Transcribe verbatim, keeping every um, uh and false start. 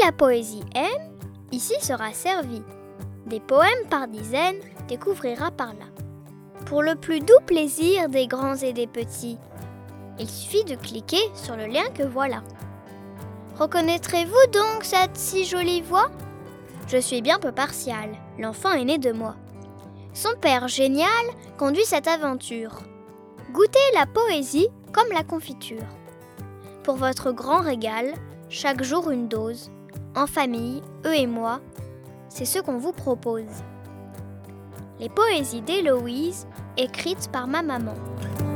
la poésie aime, ici sera servi. Des poèmes par dizaines, découvrira par là. Pour le plus doux plaisir des grands et des petits, il suffit de cliquer sur le lien que voilà. Reconnaîtrez-vous donc cette si jolie voix ? Je suis bien peu partial, l'enfant est né de moi. Son père génial conduit cette aventure. Goûtez la poésie comme la confiture. Pour votre grand régal, chaque jour une dose. En famille, eux et moi, c'est ce qu'on vous propose. Les poésies d'Héloïse, écrites par ma maman.